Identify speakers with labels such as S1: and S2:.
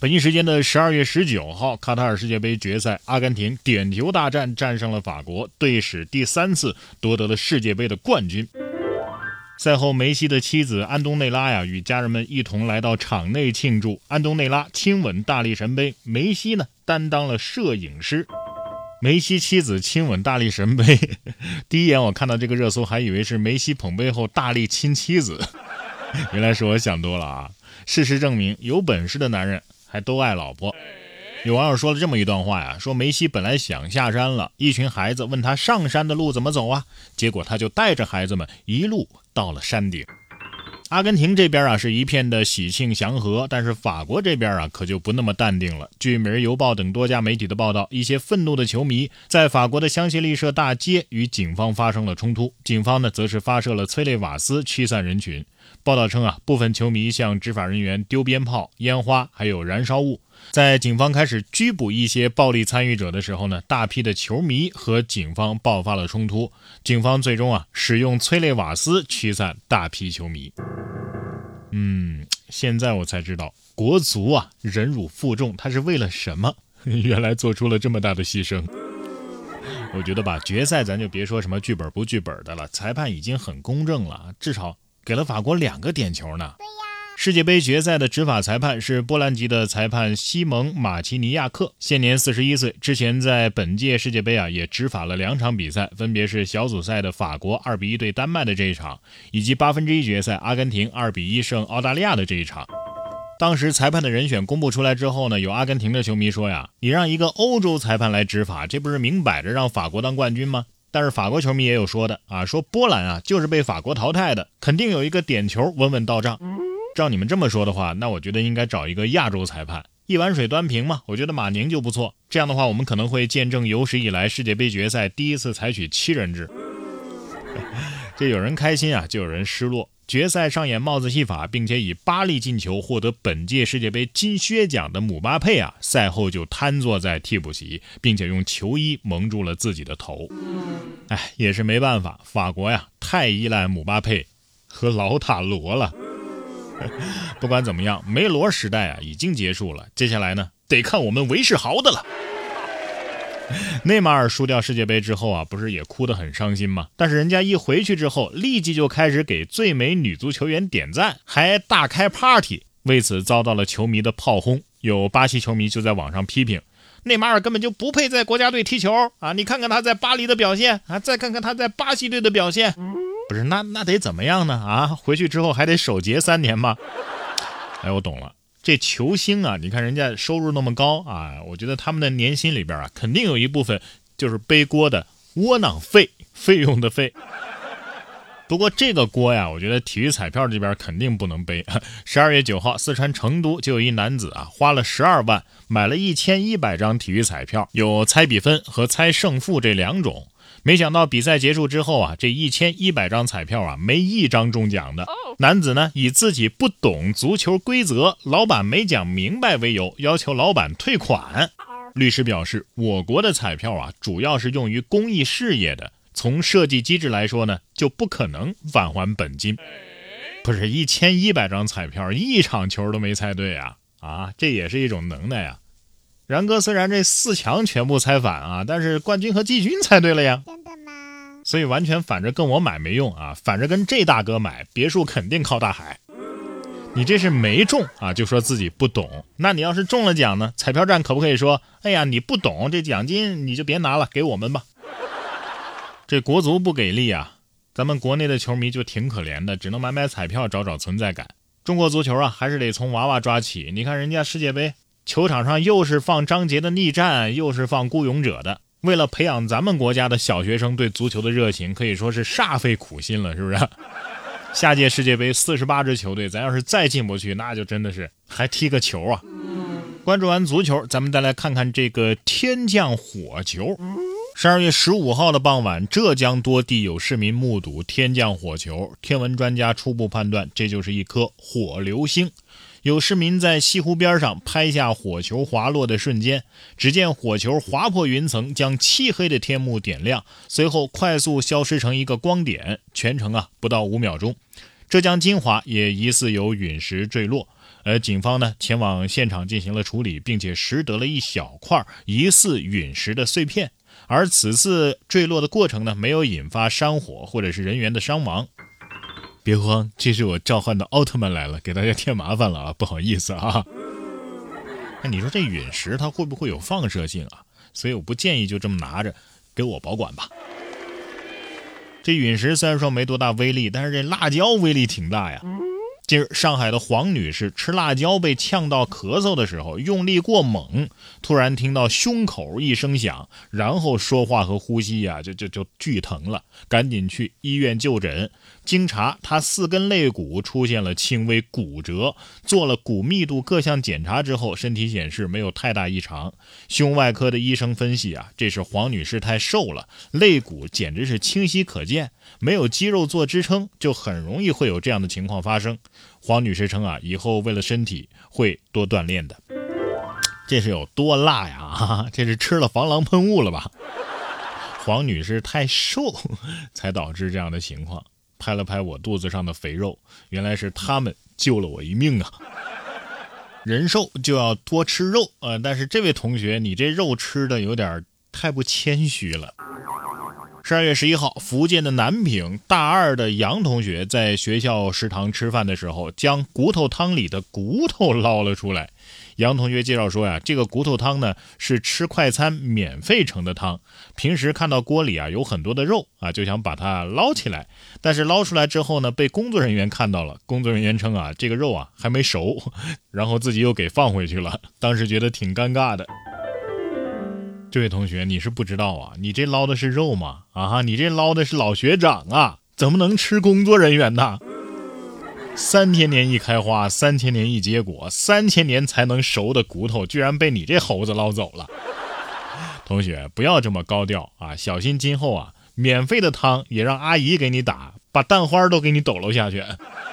S1: 本地时间的12月19号，卡塔尔世界杯决赛，阿根廷点球大战战胜了法国，队史第3次夺得了世界杯的冠军。赛后，梅西的妻子安东内拉与家人们一同来到场内庆祝。安东内拉亲吻大力神杯，梅西呢担当了摄影师。梅西妻子亲吻大力神杯，第一眼我看到这个热搜还以为是梅西捧杯后大力亲妻子，原来是我想多了啊！事实证明，有本事的男人还都爱老婆。有网友说了这么一段话说梅西本来想下山了，一群孩子问他上山的路怎么走啊，结果他就带着孩子们一路到了山顶。阿根廷这边是一片的喜庆祥和，但是法国这边可就不那么淡定了。据《每日邮报》等多家媒体的报道，一些愤怒的球迷在法国的香榭丽舍大街与警方发生了冲突，警方呢则是发射了催泪瓦斯驱散人群。报道称部分球迷向执法人员丢鞭炮、烟花还有燃烧物。在警方开始拘捕一些暴力参与者的时候呢，大批的球迷和警方爆发了冲突，警方最终使用催泪瓦斯驱散大批球迷。现在我才知道国足忍辱负重，他是为了什么？原来做出了这么大的牺牲。我觉得决赛咱就别说什么剧本不剧本的了，裁判已经很公正了，至少给了法国2个点球呢。世界杯决赛的执法裁判是波兰籍的裁判西蒙·马奇尼亚克，现年41岁，之前在本届世界杯也执法了2场比赛，分别是小组赛的法国2比1对丹麦的这一场，以及1/8决赛阿根廷2比1胜澳大利亚的这一场。当时裁判的人选公布出来之后呢，有阿根廷的球迷说你让一个欧洲裁判来执法，这不是明摆着让法国当冠军吗？但是法国球迷也有说的说波兰就是被法国淘汰的，肯定有一个点球稳稳到账。照你们这么说的话，那我觉得应该找一个亚洲裁判，一碗水端平嘛，我觉得马宁就不错。这样的话，我们可能会见证有史以来世界杯决赛第一次采取7人制。这有人开心就有人失落。决赛上演帽子戏法，并且以8粒进球获得本届世界杯金靴奖的姆巴佩赛后就瘫坐在替补席，并且用球衣蒙住了自己的头。也是没办法，法国太依赖姆巴佩和老塔罗了。不管怎么样，梅罗时代已经结束了，接下来呢得看我们韦世豪的了。内马尔输掉世界杯之后不是也哭得很伤心吗？但是人家一回去之后立即就开始给最美女足球员点赞，还大开 party， 为此遭到了球迷的炮轰。有巴西球迷就在网上批评内马尔根本就不配在国家队踢球你看看他在巴黎的表现再看看他在巴西队的表现，不是那得怎么样呢回去之后还得守节3年吗？我懂了，这球星你看人家收入那么高我觉得他们的年薪里边肯定有一部分就是背锅的窝囊费用的费。不过这个锅我觉得体育彩票这边肯定不能背。12月9号，四川成都就有一男子花了12万买了1100张体育彩票，有猜比分和猜胜负这2种。没想到比赛结束之后这1100张彩票没一张中奖的。男子呢以自己不懂足球规则，老板没讲明白为由，要求老板退款。律师表示，我国的彩票主要是用于公益事业的，从设计机制来说呢，就不可能返还本金。不是1100张彩票，一场球都没猜对这也是一种能耐然哥虽然这4强全部猜反但是冠军和季军猜对了呀。
S2: 真的吗？
S1: 所以完全反着跟我买没用反着跟这大哥买，别墅肯定靠大海。你这是没中就说自己不懂，那你要是中了奖呢，彩票站可不可以说哎呀你不懂，这奖金你就别拿了，给我们吧。这国足不给力咱们国内的球迷就挺可怜的，只能买彩票找找存在感。中国足球还是得从娃娃抓起，你看人家世界杯球场上又是放张杰的逆战，又是放孤勇者的，为了培养咱们国家的小学生对足球的热情，可以说是煞费苦心了，是不是？下届世界杯48支球队，咱要是再进不去，那就真的是还踢个球关注完足球，咱们再来看看这个天降火球。12月15号的傍晚，浙江多地有市民目睹天降火球，天文专家初步判断这就是一颗火流星。有市民在西湖边上拍下火球滑落的瞬间，只见火球划破云层，将漆黑的天幕点亮，随后快速消失成一个光点，全程不到5秒钟。浙江金华也疑似有陨石坠落， 警方呢前往现场进行了处理，并且拾得了一小块疑似陨石的碎片，而此次坠落的过程呢没有引发山火或者是人员的伤亡。别慌，这是我召唤的奥特曼来了，给大家添麻烦了啊，不好意思啊。那你说这陨石它会不会有放射性啊？所以我不建议就这么拿着，给我保管吧。这陨石虽然说没多大威力，但是这辣椒威力挺大呀。近日，上海的黄女士吃辣椒被呛到咳嗽的时候，用力过猛，突然听到胸口一声响，然后说话和呼吸就剧疼了，赶紧去医院就诊。经查，她4根肋骨出现了轻微骨折，做了骨密度各项检查之后，身体显示没有太大异常。胸外科的医生分析这是黄女士太瘦了，肋骨简直是清晰可见，没有肌肉做支撑，就很容易会有这样的情况发生。黄女士称以后为了身体会多锻炼的。这是有多辣呀？这是吃了防狼喷雾了吧？黄女士太瘦才导致这样的情况。拍了拍我肚子上的肥肉，原来是他们救了我一命啊！人瘦就要多吃肉但是这位同学，你这肉吃的有点太不谦虚了。12月11号，福建的南平大2的杨同学在学校食堂吃饭的时候，将骨头汤里的骨头捞了出来。杨同学介绍说这个骨头汤呢是吃快餐免费盛的汤，平时看到锅里有很多的肉就想把它捞起来，但是捞出来之后呢被工作人员看到了，工作人员称这个肉还没熟，然后自己又给放回去了，当时觉得挺尴尬的。这位同学，你是不知道你这捞的是肉吗？你这捞的是老学长怎么能吃工作人员呢？3000年一开花，3000年一结果，3000年才能熟的骨头居然被你这猴子捞走了。同学，不要这么高调小心今后免费的汤也让阿姨给你打，把蛋花都给你抖搂下去。